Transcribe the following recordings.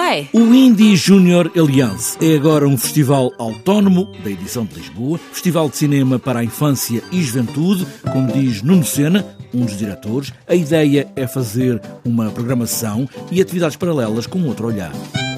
vai? O Indie Junior Alliance é agora um festival autónomo da edição de Lisboa, festival de cinema para a infância e juventude, como diz Nuno Sena, um dos diretores. A ideia é fazer uma programação e atividades paralelas com outro olhar.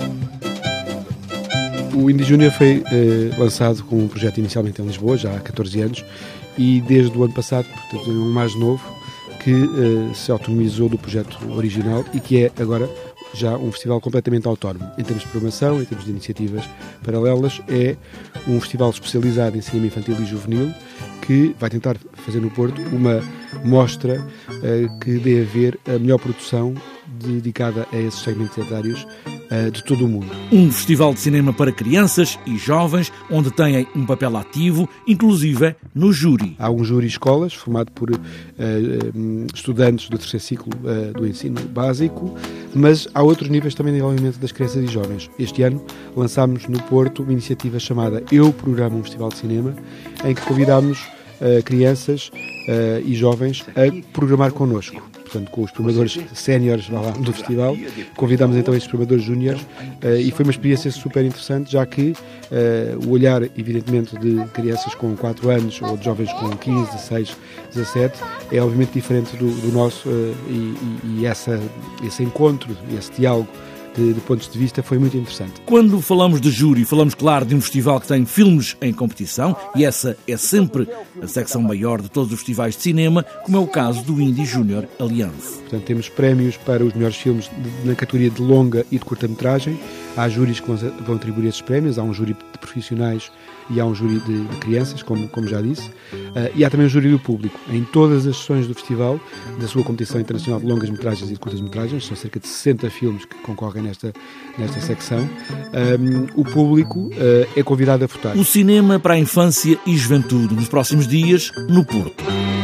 O Indie Junior foi lançado com um projeto inicialmente em Lisboa, já há 14 anos, e desde o ano passado, portanto, um mais novo, que se autonomizou do projeto original e que é agora já um festival completamente autónomo. Em termos de programação, em termos de iniciativas paralelas, é um festival especializado em cinema infantil e juvenil que vai tentar fazer no Porto uma mostra que dê a ver a melhor produção dedicada a esses segmentos etários de todo o mundo. Um festival de cinema para crianças e jovens, onde têm um papel ativo, inclusive no júri. Há um júri escolas, formado por estudantes do terceiro ciclo do ensino básico, mas há outros níveis também de envolvimento das crianças e jovens. Este ano lançámos no Porto uma iniciativa chamada Eu Programo um Festival de Cinema, em que convidámos crianças e jovens a programar connosco. Portanto, com os programadores séniores do festival, convidámos então estes programadores júniores e foi uma experiência super interessante, já que o olhar, evidentemente, de crianças com 4 anos ou de jovens com 15, 16, 17 é obviamente diferente do nosso e esse encontro, esse diálogo de pontos de vista foi muito interessante. Quando falamos de júri, falamos, claro, de um festival que tem filmes em competição e essa é sempre a secção maior de todos os festivais de cinema, como é o caso do Indie Junior Alliance. Portanto, temos prémios para os melhores filmes na categoria de longa e de curta-metragem. Há júris que vão atribuir esses prémios, há um júri de profissionais e há um júri de crianças, como já disse, e há também um júri do público. Em todas as sessões do festival, da sua competição internacional de longas-metragens e de curtas-metragens, são cerca de 60 filmes que concorrem nesta secção, o público é convidado a votar. O cinema para a infância e juventude, nos próximos dias, no Porto.